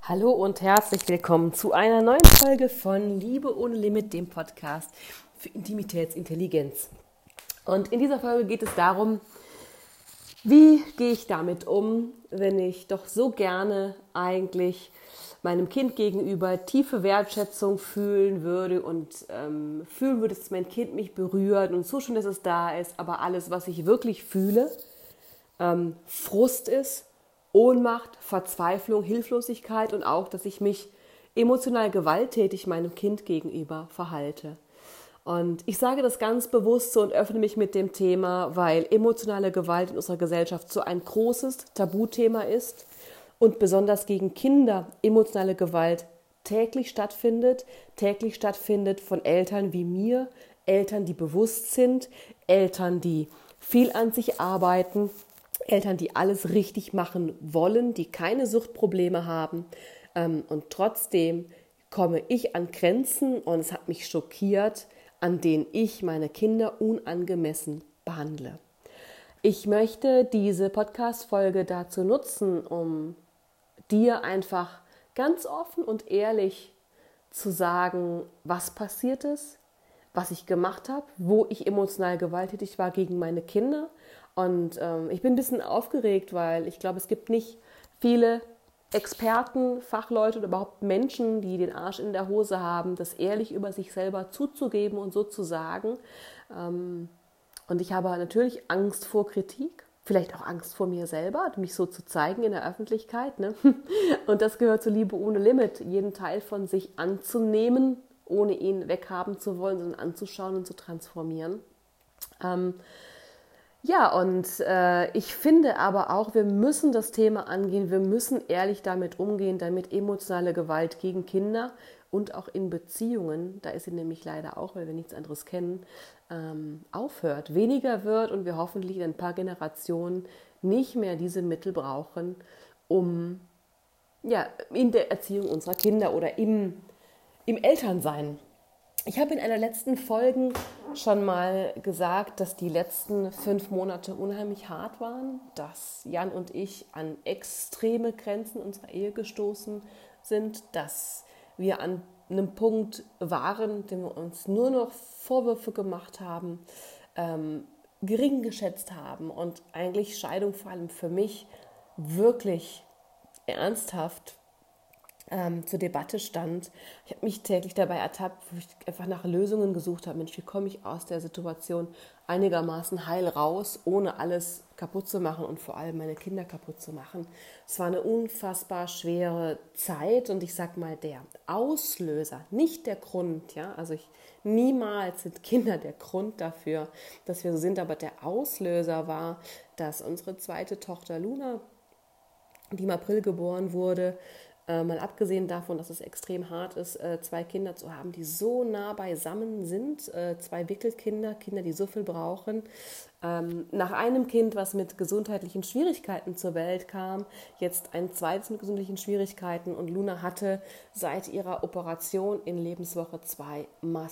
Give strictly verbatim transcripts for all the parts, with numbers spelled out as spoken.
Hallo und herzlich willkommen zu einer neuen Folge von Liebe ohne Limit, dem Podcast für Intimitätsintelligenz. Und in dieser Folge geht es darum, wie gehe ich damit um, wenn ich doch so gerne eigentlich meinem Kind gegenüber tiefe Wertschätzung fühlen würde und ähm, fühlen würde, dass mein Kind mich berührt und so schön, dass es da ist, aber alles, was ich wirklich fühle, ähm, Frust ist, Ohnmacht, Verzweiflung, Hilflosigkeit und auch, dass ich mich emotional gewalttätig meinem Kind gegenüber verhalte. Und ich sage das ganz bewusst so und öffne mich mit dem Thema, weil emotionale Gewalt in unserer Gesellschaft so ein großes Tabuthema ist und besonders gegen Kinder emotionale Gewalt täglich stattfindet, täglich stattfindet von Eltern wie mir, Eltern, die bewusst sind, Eltern, die viel an sich arbeiten, Eltern, die alles richtig machen wollen, die keine Suchtprobleme haben. Und trotzdem komme ich an Grenzen, und es hat mich schockiert, an denen ich meine Kinder unangemessen behandle. Ich möchte diese Podcast-Folge dazu nutzen, um dir einfach ganz offen und ehrlich zu sagen, was passiert ist, was ich gemacht habe, wo ich emotional gewalttätig war gegen meine Kinder. Und ähm, ich bin ein bisschen aufgeregt, weil ich glaube, es gibt nicht viele Experten, Fachleute oder überhaupt Menschen, die den Arsch in der Hose haben, das ehrlich über sich selber zuzugeben und so zu sagen. Ähm, und ich habe natürlich Angst vor Kritik, vielleicht auch Angst vor mir selber, mich so zu zeigen in der Öffentlichkeit. Ne? Und das gehört zur Liebe ohne Limit, jeden Teil von sich anzunehmen, ohne ihn weghaben zu wollen, sondern anzuschauen und zu transformieren. Ähm, Ja, und äh, ich finde aber auch, wir müssen das Thema angehen, wir müssen ehrlich damit umgehen, damit emotionale Gewalt gegen Kinder und auch in Beziehungen, da ist sie nämlich leider auch, weil wir nichts anderes kennen, ähm, aufhört, weniger wird und wir hoffentlich in ein paar Generationen nicht mehr diese Mittel brauchen, um ja, in der Erziehung unserer Kinder oder im, im Elternsein. Ich habe in einer letzten Folge schon mal gesagt, dass die letzten fünf Monate unheimlich hart waren, dass Jan und ich an extreme Grenzen unserer Ehe gestoßen sind, dass wir an einem Punkt waren, dem wir uns nur noch Vorwürfe gemacht haben, ähm, gering geschätzt haben und eigentlich Scheidung vor allem für mich wirklich ernsthaft Ähm, zur Debatte stand. Ich habe mich täglich dabei ertappt, wo ich einfach nach Lösungen gesucht habe. Mensch, wie komme ich aus der Situation einigermaßen heil raus, ohne alles kaputt zu machen und vor allem meine Kinder kaputt zu machen. Es war eine unfassbar schwere Zeit und ich sag mal, der Auslöser, nicht der Grund, ja, also ich, niemals sind Kinder der Grund dafür, dass wir so sind, aber der Auslöser war, dass unsere zweite Tochter Luna, die im April geboren wurde, Äh, mal abgesehen davon, dass es extrem hart ist, äh, zwei Kinder zu haben, die so nah beisammen sind, äh, zwei Wickelkinder, Kinder, die so viel brauchen. Ähm, nach einem Kind, was mit gesundheitlichen Schwierigkeiten zur Welt kam, jetzt ein zweites mit gesundheitlichen Schwierigkeiten und Luna hatte seit ihrer Operation in Lebenswoche zwei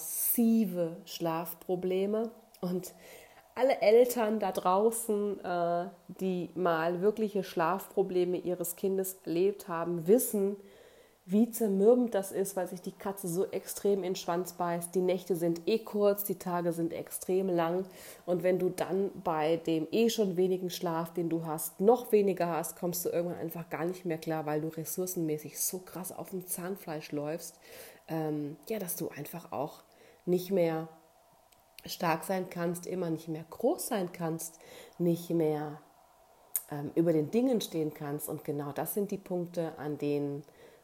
massive Schlafprobleme und alle Eltern da draußen, äh, die mal wirkliche Schlafprobleme ihres Kindes erlebt haben, wissen, wie zermürbend das ist, weil sich die Katze so extrem in den Schwanz beißt. Die Nächte sind eh kurz, die Tage sind extrem lang. Und wenn du dann bei dem eh schon wenigen Schlaf, den du hast, noch weniger hast, kommst du irgendwann einfach gar nicht mehr klar, weil du ressourcenmäßig so krass auf dem Zahnfleisch läufst, ähm, ja, dass du einfach auch nicht mehr stark sein kannst, immer nicht mehr groß sein kannst, nicht mehr ähm, über den Dingen stehen kannst. Und genau das sind die Punkte, an denen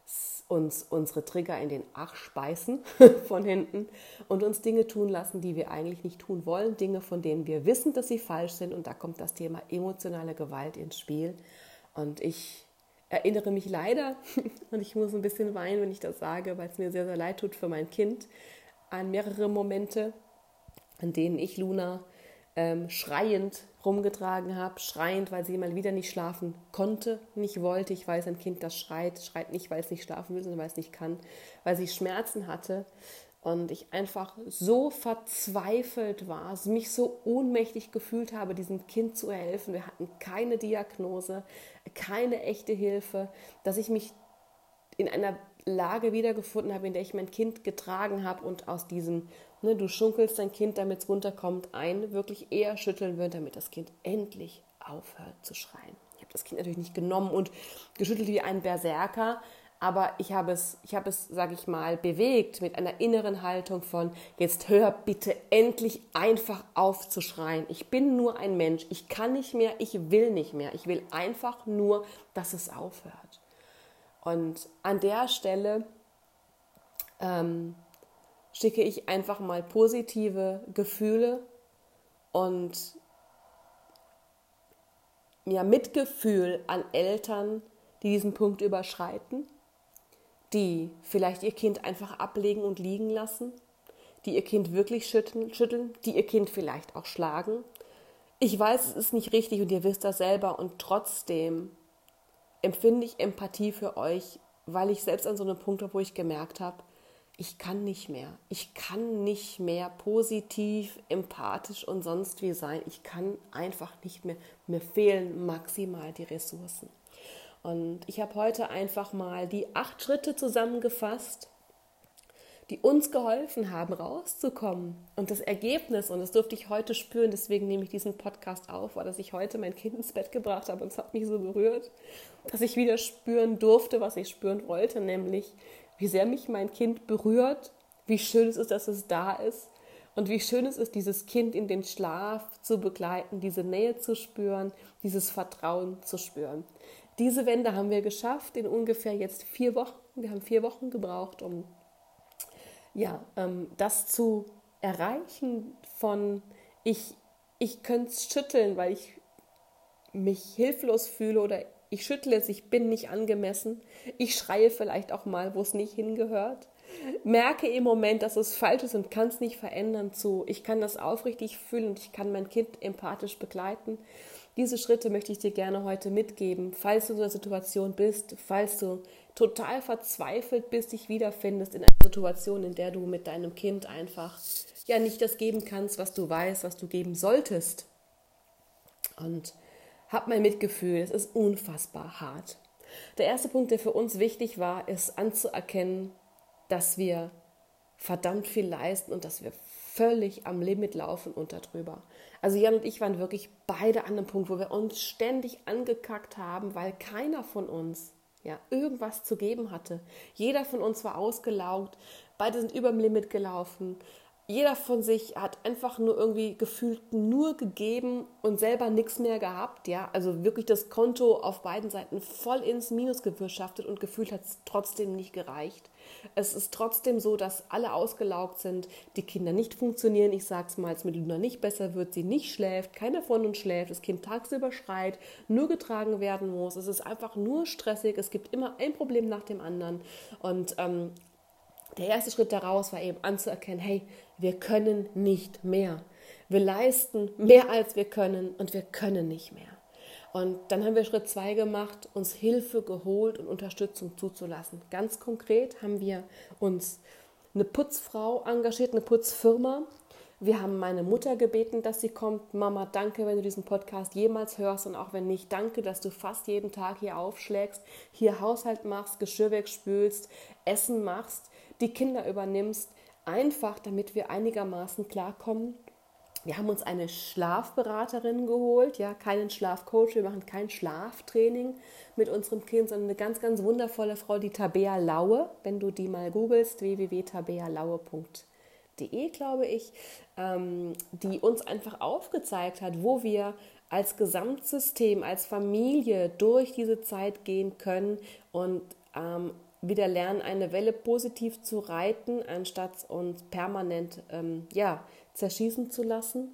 uns unsere Trigger in den Arsch beißen von hinten und uns Dinge tun lassen, die wir eigentlich nicht tun wollen. Dinge, von denen wir wissen, dass sie falsch sind. Und da kommt das Thema emotionale Gewalt ins Spiel. Und ich erinnere mich leider, und ich muss ein bisschen weinen, wenn ich das sage, weil es mir sehr, sehr leid tut für mein Kind, an mehrere Momente, an denen ich Luna ähm, schreiend rumgetragen habe, schreiend, weil sie mal wieder nicht schlafen konnte, nicht wollte. Ich weiß, ein Kind, das schreit, schreit nicht, weil es nicht schlafen will, sondern weil es nicht kann, weil sie Schmerzen hatte. Und ich einfach so verzweifelt war, mich so ohnmächtig gefühlt habe, diesem Kind zu helfen. Wir hatten keine Diagnose, keine echte Hilfe, dass ich mich in einer Lage wiedergefunden habe, in der ich mein Kind getragen habe und aus diesem, ne, du schunkelst dein Kind, damit es runterkommt, ein, wirklich eher schütteln würde, damit das Kind endlich aufhört zu schreien. Ich habe das Kind natürlich nicht genommen und geschüttelt wie ein Berserker, aber ich habe es, ich habe es, sage ich mal, bewegt mit einer inneren Haltung von, jetzt hör bitte endlich einfach auf zu schreien. Ich bin nur ein Mensch, ich kann nicht mehr, ich will nicht mehr. Ich will einfach nur, dass es aufhört. Und an der Stelle ähm, schicke ich einfach mal positive Gefühle und ja, Mitgefühl an Eltern, die diesen Punkt überschreiten, die vielleicht ihr Kind einfach ablegen und liegen lassen, die ihr Kind wirklich schütteln, schütteln, die ihr Kind vielleicht auch schlagen. Ich weiß, es ist nicht richtig und ihr wisst das selber und trotzdem empfinde ich Empathie für euch, weil ich selbst an so einem Punkt war, wo ich gemerkt habe, ich kann nicht mehr. Ich kann nicht mehr positiv, empathisch und sonst wie sein. Ich kann einfach nicht mehr. Mir fehlen maximal die Ressourcen. Und ich habe heute einfach mal die acht Schritte zusammengefasst, die uns geholfen haben, rauszukommen. Und das Ergebnis, und das durfte ich heute spüren, deswegen nehme ich diesen Podcast auf, war, dass ich heute mein Kind ins Bett gebracht habe und es hat mich so berührt, dass ich wieder spüren durfte, was ich spüren wollte, nämlich wie sehr mich mein Kind berührt, wie schön es ist, dass es da ist und wie schön es ist, dieses Kind in den Schlaf zu begleiten, diese Nähe zu spüren, dieses Vertrauen zu spüren. Diese Wende haben wir geschafft in ungefähr jetzt vier Wochen. Wir haben vier Wochen gebraucht, um ja, ähm, das zu erreichen von ich, ich könnte es schütteln, weil ich mich hilflos fühle oder ich schüttle es, ich bin nicht angemessen. Ich schreie vielleicht auch mal, wo es nicht hingehört. Merke im Moment, dass es falsch ist und kann es nicht verändern zu, ich kann das aufrichtig fühlen und ich kann mein Kind empathisch begleiten. Diese Schritte möchte ich dir gerne heute mitgeben, falls du in einer Situation bist, falls du total verzweifelt bist, dich wiederfindest in einer Situation, in der du mit deinem Kind einfach ja nicht das geben kannst, was du weißt, was du geben solltest. Und hab mein Mitgefühl, es ist unfassbar hart. Der erste Punkt, der für uns wichtig war, ist anzuerkennen, dass wir verdammt viel leisten und dass wir völlig am Limit laufen und darüber. Also Jan und ich waren wirklich beide an einem Punkt, wo wir uns ständig angekackt haben, weil keiner von uns ja irgendwas zu geben hatte. Jeder von uns war ausgelaugt, beide sind über dem Limit gelaufen. Jeder von sich hat einfach nur irgendwie gefühlt nur gegeben und selber nichts mehr gehabt. Ja? Also wirklich das Konto auf beiden Seiten voll ins Minus gewirtschaftet und gefühlt hat es trotzdem nicht gereicht. Es ist trotzdem so, dass alle ausgelaugt sind, die Kinder nicht funktionieren. Ich sage es mal, als mit Luna nicht besser wird, sie nicht schläft, keiner von uns schläft, das Kind tagsüber schreit, nur getragen werden muss. Es ist einfach nur stressig, es gibt immer ein Problem nach dem anderen und ähm, der erste Schritt daraus war eben anzuerkennen, hey, wir können nicht mehr. Wir leisten mehr als wir können und wir können nicht mehr. Und dann haben wir Schritt zwei gemacht, uns Hilfe geholt und Unterstützung zuzulassen. Ganz konkret haben wir uns eine Putzfrau engagiert, eine Putzfirma. Wir haben meine Mutter gebeten, dass sie kommt. Mama, danke, wenn du diesen Podcast jemals hörst und auch wenn nicht, danke, dass du fast jeden Tag hier aufschlägst, hier Haushalt machst, Geschirr wegspülst, Essen machst, die Kinder übernimmst, einfach damit wir einigermaßen klarkommen. Wir haben uns eine Schlafberaterin geholt, ja, keinen Schlafcoach, wir machen kein Schlaftraining mit unserem Kind, sondern eine ganz, ganz wundervolle Frau, die Tabea Laue, wenn du die mal googelst, w w w punkt tabea laue punkt de, glaube ich, ähm, die uns einfach aufgezeigt hat, wo wir als Gesamtsystem, als Familie durch diese Zeit gehen können und ähm, wieder lernen, eine Welle positiv zu reiten, anstatt uns permanent ähm, ja, zerschießen zu lassen.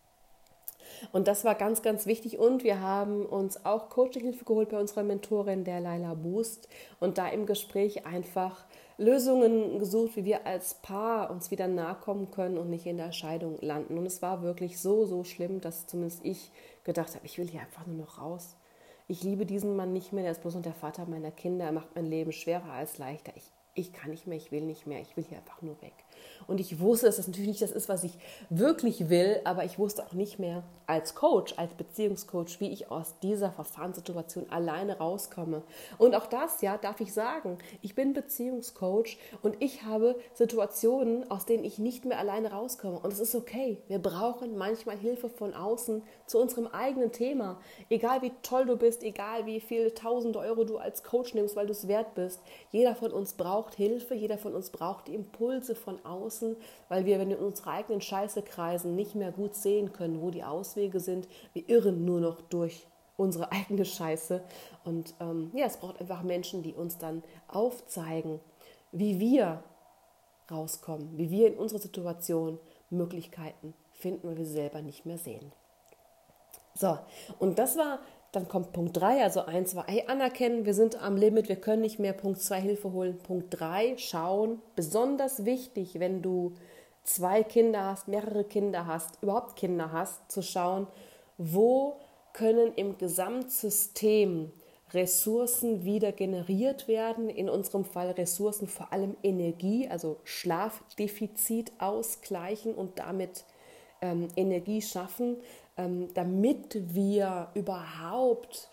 Und das war ganz, ganz wichtig. Und wir haben uns auch Coaching-Hilfe geholt bei unserer Mentorin, der Laila Boost. Und da im Gespräch einfach Lösungen gesucht, wie wir als Paar uns wieder nahe kommen können und nicht in der Scheidung landen. Und es war wirklich so, so schlimm, dass zumindest ich gedacht habe, ich will hier einfach nur noch raus. Ich liebe diesen Mann nicht mehr, der ist bloß noch der Vater meiner Kinder, er macht mein Leben schwerer als leichter. Ich, ich kann nicht mehr, ich will nicht mehr, ich will hier einfach nur weg. Und ich wusste, dass das natürlich nicht das ist, was ich wirklich will, aber ich wusste auch nicht mehr als Coach, als Beziehungscoach, wie ich aus dieser Verfahrenssituation alleine rauskomme. Und auch das, ja, darf ich sagen, ich bin Beziehungscoach und ich habe Situationen, aus denen ich nicht mehr alleine rauskomme. Und es ist okay, wir brauchen manchmal Hilfe von außen zu unserem eigenen Thema. Egal wie toll du bist, egal wie viele tausende Euro du als Coach nimmst, weil du es wert bist. Jeder von uns braucht Hilfe, jeder von uns braucht die Impulse von außen, weil wir, wenn wir in unserer eigenen Scheiße kreisen, nicht mehr gut sehen können, wo die Auswege sind. Wir irren nur noch durch unsere eigene Scheiße. Und ähm, ja, es braucht einfach Menschen, die uns dann aufzeigen, wie wir rauskommen, wie wir in unserer Situation Möglichkeiten finden, weil wir sie selber nicht mehr sehen. So, und das war, dann kommt Punkt drei, also eins war, hey, anerkennen, wir sind am Limit, wir können nicht mehr. Punkt zwei, Hilfe holen. Punkt drei, schauen, besonders wichtig, wenn du zwei Kinder hast, mehrere Kinder hast, überhaupt Kinder hast, zu schauen, wo können im Gesamtsystem Ressourcen wieder generiert werden, in unserem Fall Ressourcen, vor allem Energie, also Schlafdefizit ausgleichen und damit ähm, Energie schaffen, ähm, damit wir überhaupt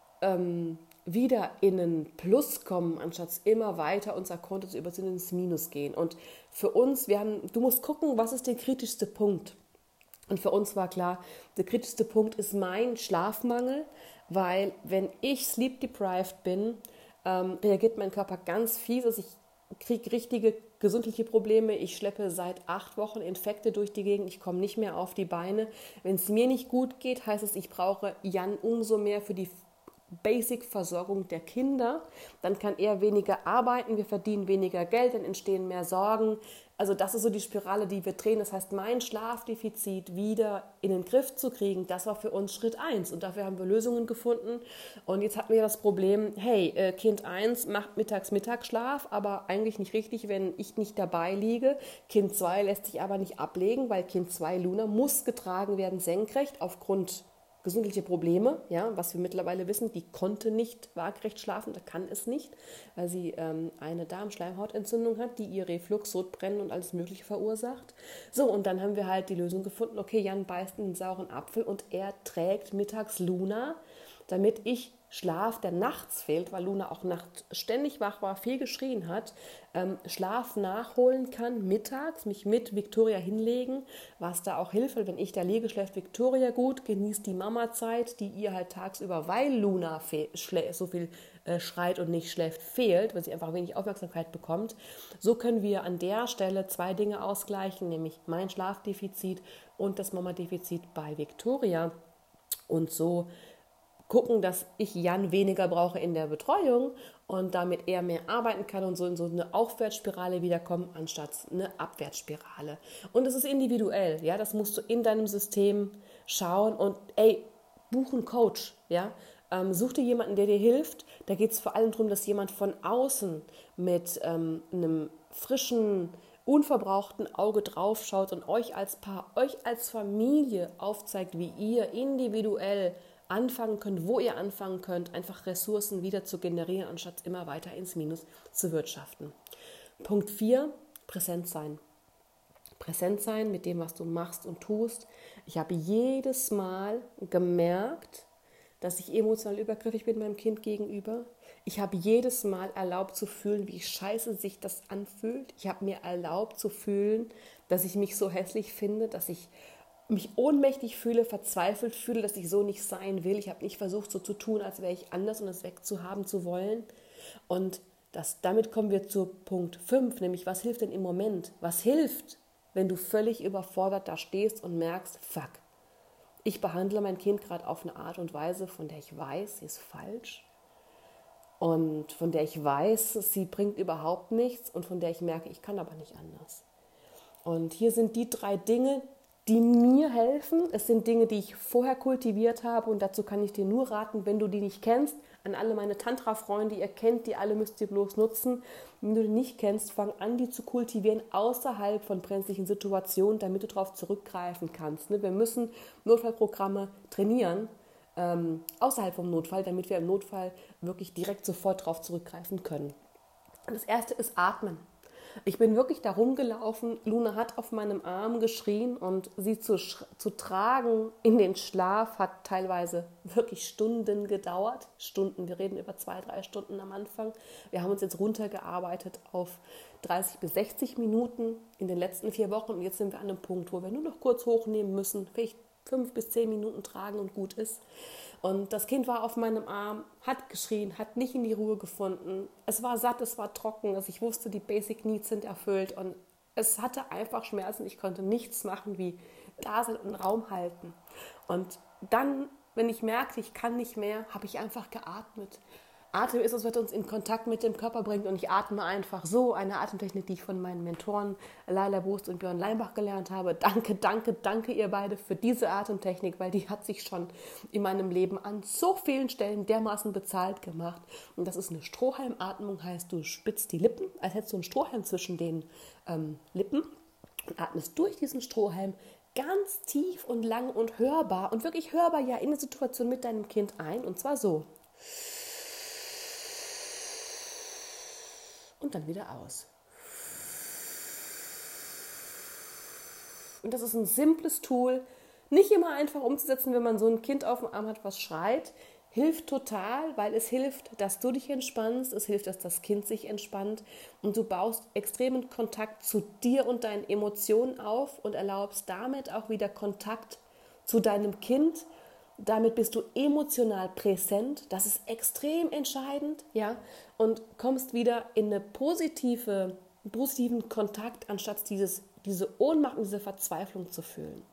ähm, wieder in einen Plus kommen, anstatt immer weiter unser Konto zu überziehen und ins Minus gehen. Und für uns, wir haben, du musst gucken, was ist der kritischste Punkt? Und für uns war klar, der kritischste Punkt ist mein Schlafmangel, weil wenn ich sleep deprived bin, ähm, reagiert mein Körper ganz fies, also ich kriege richtige gesundheitliche Probleme, ich schleppe seit acht Wochen Infekte durch die Gegend, ich komme nicht mehr auf die Beine. Wenn es mir nicht gut geht, heißt es, ich brauche Jan umso mehr für die Basic-Versorgung der Kinder, dann kann er weniger arbeiten, wir verdienen weniger Geld, dann entstehen mehr Sorgen. Also das ist so die Spirale, die wir drehen. Das heißt, mein Schlafdefizit wieder in den Griff zu kriegen, das war für uns Schritt eins. Und dafür haben wir Lösungen gefunden. Und jetzt hatten wir das Problem, hey, Kind eins macht mittags Mittagsschlaf, aber eigentlich nicht richtig, wenn ich nicht dabei liege. Kind zwei lässt sich aber nicht ablegen, weil Kind zwei, Luna, muss getragen werden senkrecht aufgrund gesundheitliche Probleme, ja, was wir mittlerweile wissen, die konnte nicht waagerecht schlafen, da kann es nicht, weil sie ähm, eine Darmschleimhautentzündung hat, die ihr Reflux, Sodbrennen und alles Mögliche verursacht. So, und dann haben wir halt die Lösung gefunden, okay, Jan beißt in den sauren Apfel und er trägt mittags Luna, damit ich Schlaf, der nachts fehlt, weil Luna auch nachts ständig wach war, viel geschrien hat, ähm, Schlaf nachholen kann, mittags, mich mit Victoria hinlegen, was da auch hilft, weil wenn ich da liege, schläft Victoria gut, genießt die Mama-Zeit, die ihr halt tagsüber, weil Luna fe- schlä- so viel äh, schreit und nicht schläft, fehlt, weil sie einfach wenig Aufmerksamkeit bekommt. So können wir an der Stelle zwei Dinge ausgleichen, nämlich mein Schlafdefizit und das Mama-Defizit bei Victoria. Und so gucken, dass ich Jan weniger brauche in der Betreuung und damit er mehr arbeiten kann und so in so eine Aufwärtsspirale wiederkommen, anstatt eine Abwärtsspirale. Und es ist individuell, ja, das musst du in deinem System schauen und ey, buch einen Coach, ja, ähm, such dir jemanden, der dir hilft. Da geht es vor allem darum, dass jemand von außen mit ähm, einem frischen, unverbrauchten Auge draufschaut und euch als Paar, euch als Familie aufzeigt, wie ihr individuell anfangen könnt, wo ihr anfangen könnt, einfach Ressourcen wieder zu generieren, anstatt immer weiter ins Minus zu wirtschaften. Punkt vier, präsent sein. Präsent sein mit dem, was du machst und tust. Ich habe jedes Mal gemerkt, dass ich emotional übergriffig bin meinem Kind gegenüber. Ich habe jedes Mal erlaubt zu fühlen, wie scheiße sich das anfühlt. Ich habe mir erlaubt zu fühlen, dass ich mich so hässlich finde, dass ich mich ohnmächtig fühle, verzweifelt fühle, dass ich so nicht sein will. Ich habe nicht versucht, so zu tun, als wäre ich anders und es wegzuhaben zu wollen. Und das, damit kommen wir zu Punkt fünf, nämlich was hilft denn im Moment? Was hilft, wenn du völlig überfordert da stehst und merkst, fuck, ich behandle mein Kind gerade auf eine Art und Weise, von der ich weiß, sie ist falsch und von der ich weiß, sie bringt überhaupt nichts und von der ich merke, ich kann aber nicht anders. Und hier sind die drei Dinge, die mir helfen. Es sind Dinge, die ich vorher kultiviert habe und dazu kann ich dir nur raten, wenn du die nicht kennst, an alle meine Tantra-Freunde, die ihr kennt, die alle müsst ihr bloß nutzen. Wenn du die nicht kennst, fang an, die zu kultivieren außerhalb von brenzlichen Situationen, damit du darauf zurückgreifen kannst. Wir müssen Notfallprogramme trainieren, ähm, außerhalb vom Notfall, damit wir im Notfall wirklich direkt sofort darauf zurückgreifen können. Das erste ist Atmen. Ich bin wirklich da rumgelaufen, Luna hat auf meinem Arm geschrien und sie zu, zu tragen in den Schlaf hat teilweise wirklich Stunden gedauert. Stunden, wir reden über zwei, drei Stunden am Anfang. Wir haben uns jetzt runtergearbeitet auf dreißig bis sechzig Minuten in den letzten vier Wochen und jetzt sind wir an einem Punkt, wo wir nur noch kurz hochnehmen müssen, vielleicht fünf bis zehn Minuten tragen und gut ist. Und das Kind war auf meinem Arm, hat geschrien, hat nicht in die Ruhe gefunden. Es war satt, es war trocken. Also ich wusste, die Basic Needs sind erfüllt. Und es hatte einfach Schmerzen. Ich konnte nichts machen, wie da sein und einen Raum halten. Und dann, wenn ich merkte, ich kann nicht mehr, habe ich einfach geatmet. Atem ist es, was uns in Kontakt mit dem Körper bringt und ich atme einfach so. Eine Atemtechnik, die ich von meinen Mentoren Laila Boost und Björn Leimbach gelernt habe. Danke, danke, danke ihr beide für diese Atemtechnik, weil die hat sich schon in meinem Leben an so vielen Stellen dermaßen bezahlt gemacht. Und das ist eine Strohhalmatmung, heißt du spitzt die Lippen, als hättest du einen Strohhalm zwischen den ähm, Lippen und atmest durch diesen Strohhalm ganz tief und lang und hörbar und wirklich hörbar ja in der Situation mit deinem Kind ein und zwar so. Und dann wieder aus. Und das ist ein simples Tool, nicht immer einfach umzusetzen, wenn man so ein Kind auf dem Arm hat, was schreit. Hilft total, weil es hilft, dass du dich entspannst, es hilft, dass das Kind sich entspannt und du baust extremen Kontakt zu dir und deinen Emotionen auf und erlaubst damit auch wieder Kontakt zu deinem Kind. Damit bist du emotional präsent, das ist extrem entscheidend, ja, und kommst wieder in eine positive, positiven Kontakt, anstatt dieses, diese Ohnmacht und diese Verzweiflung zu fühlen.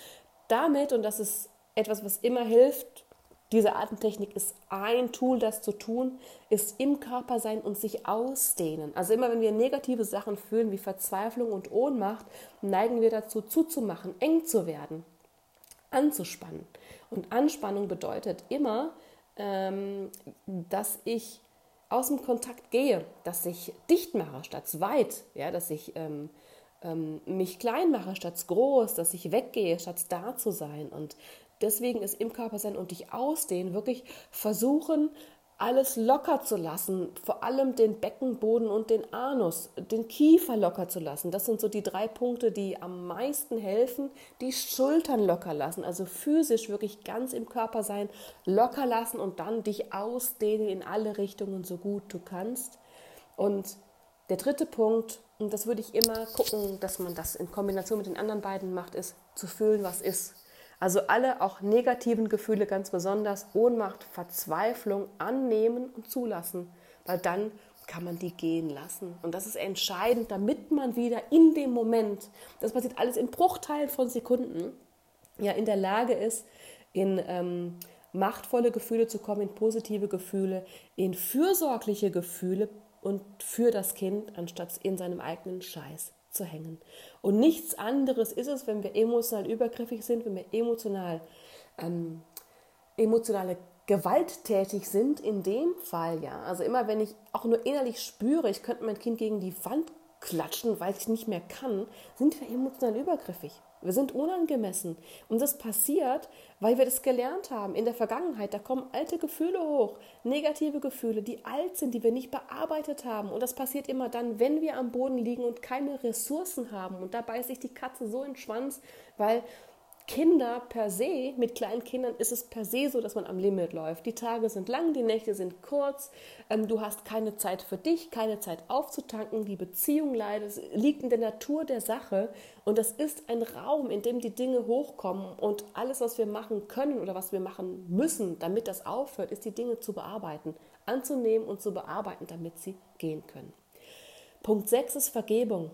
Damit, und das ist etwas, was immer hilft, diese Atemtechnik ist ein Tool, das zu tun, ist im Körper sein und sich ausdehnen. Also immer, wenn wir negative Sachen fühlen, wie Verzweiflung und Ohnmacht, neigen wir dazu, zuzumachen, eng zu werden, anzuspannen. Und Anspannung bedeutet immer, ähm, dass ich aus dem Kontakt gehe, dass ich dicht mache statt weit, ja, dass ich ähm, ähm, mich klein mache statt groß, dass ich weggehe statt da zu sein. Und deswegen ist im Körper sein und dich ausdehnen, wirklich versuchen, alles locker zu lassen, vor allem den Beckenboden und den Anus, den Kiefer locker zu lassen. Das sind so die drei Punkte, die am meisten helfen. Die Schultern locker lassen, also physisch wirklich ganz im Körper sein, locker lassen und dann dich ausdehnen in alle Richtungen, so gut du kannst. Und der dritte Punkt, und das würde ich immer gucken, dass man das in Kombination mit den anderen beiden macht, ist zu fühlen, was ist. Also alle auch negativen Gefühle, ganz besonders Ohnmacht, Verzweiflung annehmen und zulassen, weil dann kann man die gehen lassen. Und das ist entscheidend, damit man wieder in dem Moment, das passiert alles in Bruchteilen von Sekunden, ja in der Lage ist, in ähm, machtvolle Gefühle zu kommen, in positive Gefühle, in fürsorgliche Gefühle und für das Kind, anstatt in seinem eigenen Scheiß zu hängen. Und nichts anderes ist es, wenn wir emotional übergriffig sind, wenn wir emotional, ähm, emotionale gewalttätig sind, in dem Fall, ja. Also immer, wenn ich auch nur innerlich spüre, ich könnte mein Kind gegen die Wand klatschen, weil ich nicht mehr kann, sind wir emotional übergriffig. Wir sind unangemessen. Und das passiert, weil wir das gelernt haben in der Vergangenheit. Da kommen alte Gefühle hoch, negative Gefühle, die alt sind, die wir nicht bearbeitet haben. Und das passiert immer dann, wenn wir am Boden liegen und keine Ressourcen haben. Und da beißt sich die Katze so in den Schwanz, weil Kinder per se, mit kleinen Kindern ist es per se so, dass man am Limit läuft. Die Tage sind lang, die Nächte sind kurz, ähm, du hast keine Zeit für dich, keine Zeit aufzutanken, die Beziehung leidet, es liegt in der Natur der Sache und das ist ein Raum, in dem die Dinge hochkommen und alles, was wir machen können oder was wir machen müssen, damit das aufhört, ist die Dinge zu bearbeiten, anzunehmen und zu bearbeiten, damit sie gehen können. Punkt sechs ist Vergebung.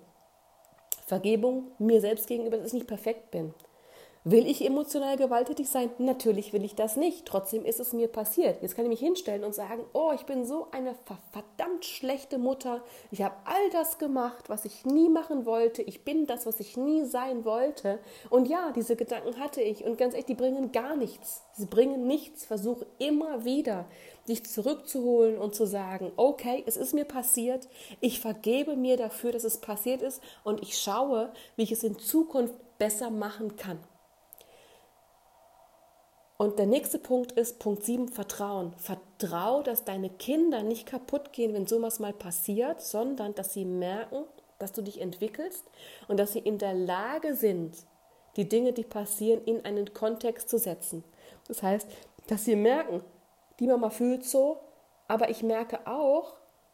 Vergebung mir selbst gegenüber, dass ich nicht perfekt bin. Will ich emotional gewalttätig sein? Natürlich will ich das nicht. Trotzdem ist es mir passiert. Jetzt kann ich mich hinstellen und sagen, oh, ich bin so eine verdammt schlechte Mutter. Ich habe all das gemacht, was ich nie machen wollte. Ich bin das, was ich nie sein wollte. Und ja, diese Gedanken hatte ich. Und ganz ehrlich, die bringen gar nichts. Sie bringen nichts. Versuch immer wieder, dich zurückzuholen und zu sagen, okay, es ist mir passiert. Ich vergebe mir dafür, dass es passiert ist. Und ich schaue, wie ich es in Zukunft besser machen kann. Und der nächste Punkt ist Punkt sieben, Vertrauen. Vertrau, dass deine Kinder nicht kaputt gehen, wenn sowas mal passiert, sondern dass sie merken, dass du dich entwickelst und dass sie in der Lage sind, die Dinge, die passieren, in einen Kontext zu setzen. Das heißt, dass sie merken, die Mama fühlt so, aber ich merke auch,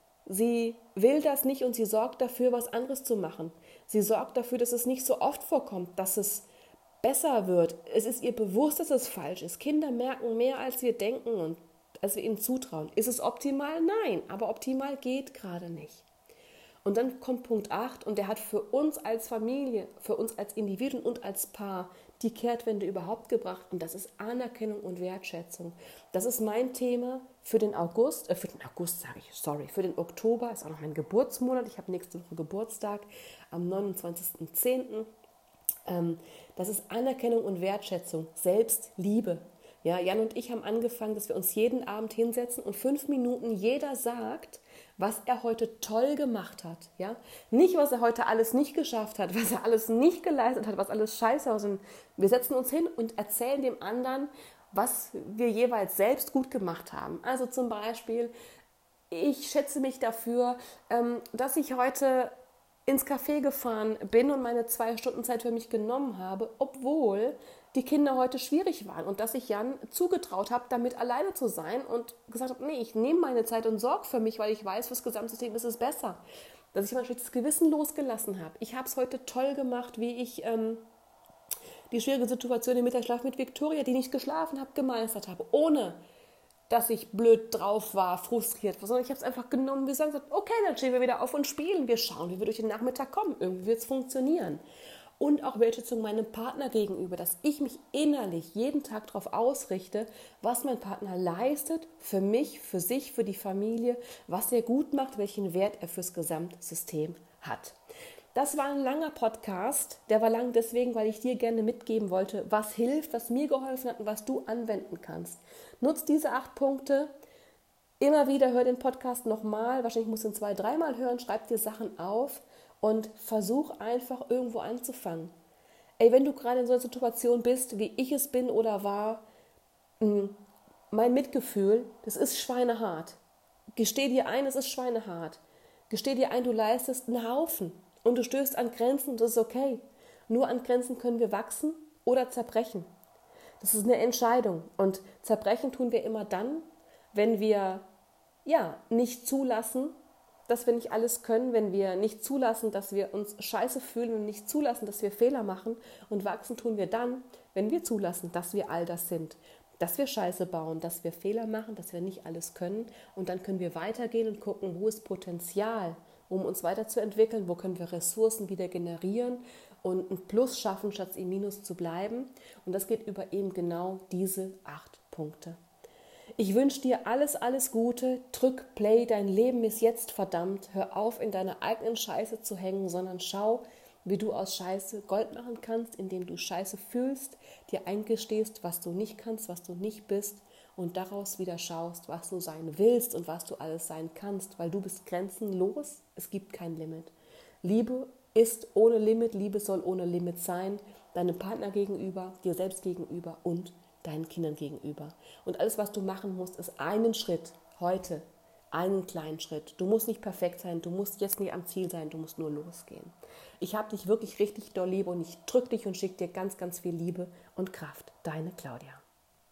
sie will das nicht und sie sorgt dafür, was anderes zu machen. Sie sorgt dafür, dass es nicht so oft vorkommt, dass es besser wird. Es ist ihr bewusst, dass es falsch ist. Kinder merken mehr, als wir denken und als wir ihnen zutrauen. Ist es optimal? Nein, aber optimal geht gerade nicht. Und dann kommt Punkt acht und der hat für uns als Familie, für uns als Individuen und als Paar die Kehrtwende überhaupt gebracht und das ist Anerkennung und Wertschätzung. Das ist mein Thema für den August, äh für den August sage ich, sorry, für den Oktober, ist auch noch mein Geburtsmonat, ich habe nächste Woche Geburtstag am neunundzwanzigsten zehnten Ähm, das ist Anerkennung und Wertschätzung, Selbstliebe. Ja, Jan und ich haben angefangen, dass wir uns jeden Abend hinsetzen und fünf Minuten jeder sagt, was er heute toll gemacht hat. Ja? Nicht, was er heute alles nicht geschafft hat, was er alles nicht geleistet hat, was alles scheiße war, sondern wir setzen uns hin und erzählen dem anderen, was wir jeweils selbst gut gemacht haben. Also zum Beispiel, ich schätze mich dafür, ähm, dass ich heute ins Café gefahren bin und meine zwei Stunden Zeit für mich genommen habe, obwohl die Kinder heute schwierig waren und dass ich Jan zugetraut habe, damit alleine zu sein und gesagt habe, nee, ich nehme meine Zeit und sorge für mich, weil ich weiß, fürs Gesamtsystem ist es besser. Dass ich mein schlechtes Gewissen losgelassen habe. Ich habe es heute toll gemacht, wie ich ähm, die schwierige Situation im Mittagsschlaf mit Victoria, die nicht geschlafen habe, gemeistert habe, ohne dass ich blöd drauf war, frustriert war, sondern ich habe es einfach genommen, wir sagen, okay, dann stehen wir wieder auf und spielen, wir schauen, wie wir durch den Nachmittag kommen, irgendwie wird es funktionieren. Und auch Wertschätzung meinem Partner gegenüber, dass ich mich innerlich jeden Tag darauf ausrichte, was mein Partner leistet, für mich, für sich, für die Familie, was er gut macht, welchen Wert er fürs Gesamtsystem hat. Das war ein langer Podcast, der war lang deswegen, weil ich dir gerne mitgeben wollte, was hilft, was mir geholfen hat und was du anwenden kannst. Nutz diese acht Punkte, immer wieder hör den Podcast nochmal, wahrscheinlich musst du ihn zwei, dreimal hören, schreib dir Sachen auf und versuch einfach irgendwo anzufangen. Ey, wenn du gerade in so einer Situation bist, wie ich es bin oder war, mein Mitgefühl, das ist schweinehart. Gesteh dir ein, es ist schweinehart. Gesteh dir ein, du leistest einen Haufen. Und du stößt an Grenzen und das ist okay. Nur an Grenzen können wir wachsen oder zerbrechen. Das ist eine Entscheidung. Und zerbrechen tun wir immer dann, wenn wir ja, nicht zulassen, dass wir nicht alles können, wenn wir nicht zulassen, dass wir uns scheiße fühlen und nicht zulassen, dass wir Fehler machen. Und wachsen tun wir dann, wenn wir zulassen, dass wir all das sind. Dass wir Scheiße bauen, dass wir Fehler machen, dass wir nicht alles können. Und dann können wir weitergehen und gucken, wo ist Potenzial, um uns weiterzuentwickeln, wo können wir Ressourcen wieder generieren und ein Plus schaffen, statt im Minus zu bleiben. Und das geht über eben genau diese acht Punkte. Ich wünsche dir alles, alles Gute. Drück Play, dein Leben ist jetzt verdammt. Hör auf, in deiner eigenen Scheiße zu hängen, sondern schau, wie du aus Scheiße Gold machen kannst, indem du Scheiße fühlst, dir eingestehst, was du nicht kannst, was du nicht bist und daraus wieder schaust, was du sein willst und was du alles sein kannst, weil du bist grenzenlos, es gibt kein Limit. Liebe ist ohne Limit, Liebe soll ohne Limit sein, deinem Partner gegenüber, dir selbst gegenüber und deinen Kindern gegenüber. Und alles, was du machen musst, ist einen Schritt heute, einen kleinen Schritt. Du musst nicht perfekt sein, du musst jetzt nicht am Ziel sein, du musst nur losgehen. Ich habe dich wirklich richtig doll lieb und ich drücke dich und schicke dir ganz, ganz viel Liebe und Kraft. Deine Claudia.